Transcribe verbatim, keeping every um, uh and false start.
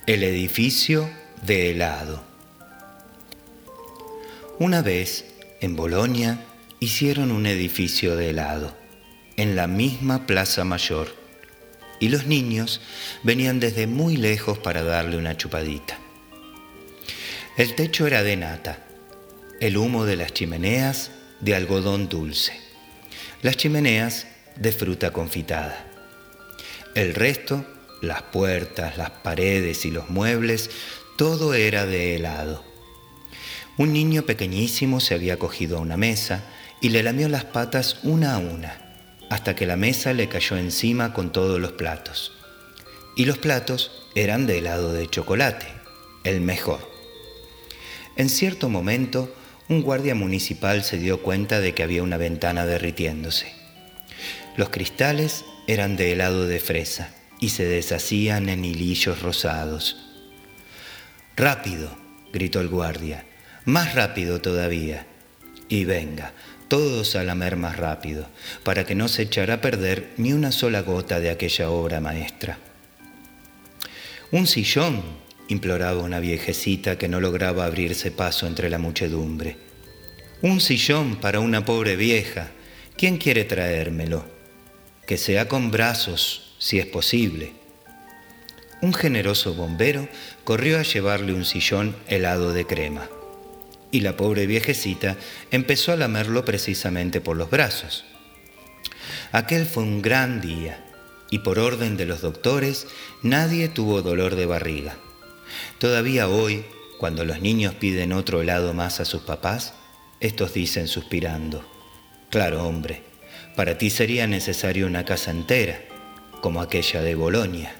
El edificio de helado. Una vez, en Bolonia, hicieron un edificio de helado, en la misma Plaza Mayor, y los niños venían desde muy lejos para darle una chupadita. El techo era de nata, el humo de las chimeneas de algodón dulce, las chimeneas de fruta confitada. El resto, las puertas, las paredes y los muebles, todo era de helado. Un niño pequeñísimo se había cogido a una mesa y le lamió las patas una a una, hasta que la mesa le cayó encima con todos los platos. Y los platos eran de helado de chocolate, el mejor. En cierto momento, un guardia municipal se dio cuenta de que había una ventana derritiéndose. Los cristales eran de helado de fresa y se deshacían en hilillos rosados. «¡Rápido!», gritó el guardia, «más rápido todavía. Y venga, todos a lamer más rápido, para que no se echara a perder ni una sola gota de aquella obra maestra». «Un sillón», imploraba una viejecita que no lograba abrirse paso entre la muchedumbre. «Un sillón para una pobre vieja. ¿Quién quiere traérmelo? Que sea con brazos, si es posible». Un generoso bombero corrió a llevarle un sillón helado de crema, y la pobre viejecita empezó a lamerlo precisamente por los brazos. Aquel fue un gran día, y por orden de los doctores, nadie tuvo dolor de barriga. Todavía hoy, cuando los niños piden otro helado más a sus papás, estos dicen suspirando: «Claro, hombre, para ti sería necesaria una casa entera, como aquella de Bolonia».